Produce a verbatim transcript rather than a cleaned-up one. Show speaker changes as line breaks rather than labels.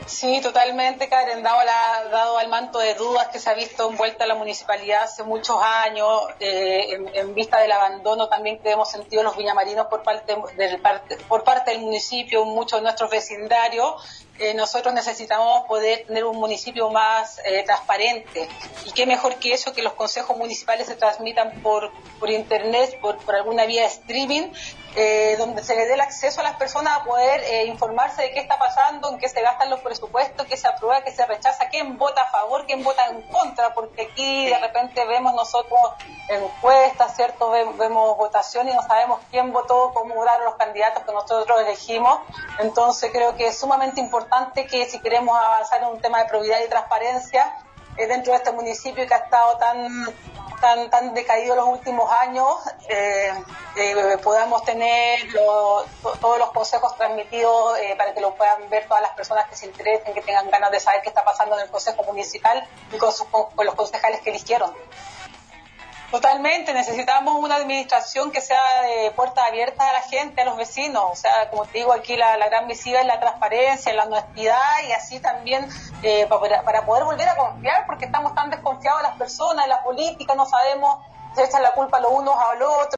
Sí, totalmente, Karen, dado, la, dado al manto de dudas que se ha visto envuelta la municipalidad hace muchos años, eh, en, en vista del abandono también que hemos sentido los viñamarinos por parte del, por parte del municipio, muchos de nuestros vecindarios, eh, nosotros necesitamos poder tener un municipio más eh, transparente. Y qué mejor que eso, que los consejos municipales se transmitan por, por internet, por, por alguna vía de streaming, eh, donde se le dé el acceso a las personas a poder eh, informarse de qué está pasando, en qué se gastan los presupuestos, qué se aprueba, qué se rechaza, quién vota a favor, quién vota en contra, porque aquí de repente vemos nosotros encuestas, ¿cierto? Vemos votación y no sabemos quién votó, cómo votaron los candidatos que nosotros elegimos. Entonces creo que es sumamente importante que si queremos avanzar en un tema de probidad y transparencia eh, dentro de este municipio que ha estado tan tan tan decaído en los últimos años, eh, eh, podamos tener lo, to, todos los consejos transmitidos eh, para que lo puedan ver todas las personas que se interesen, que tengan ganas de saber qué está pasando en el consejo municipal y con, sus, con los concejales que eligieron. Totalmente, necesitamos una administración que sea de puertas abiertas a la gente, a los vecinos. O sea, como te digo, aquí la, la gran misiva es la transparencia, la honestidad y así también eh, para, para poder volver a confiar, porque estamos tan desconfiados de las personas, de la política, no sabemos, se echan la culpa los unos a los otros.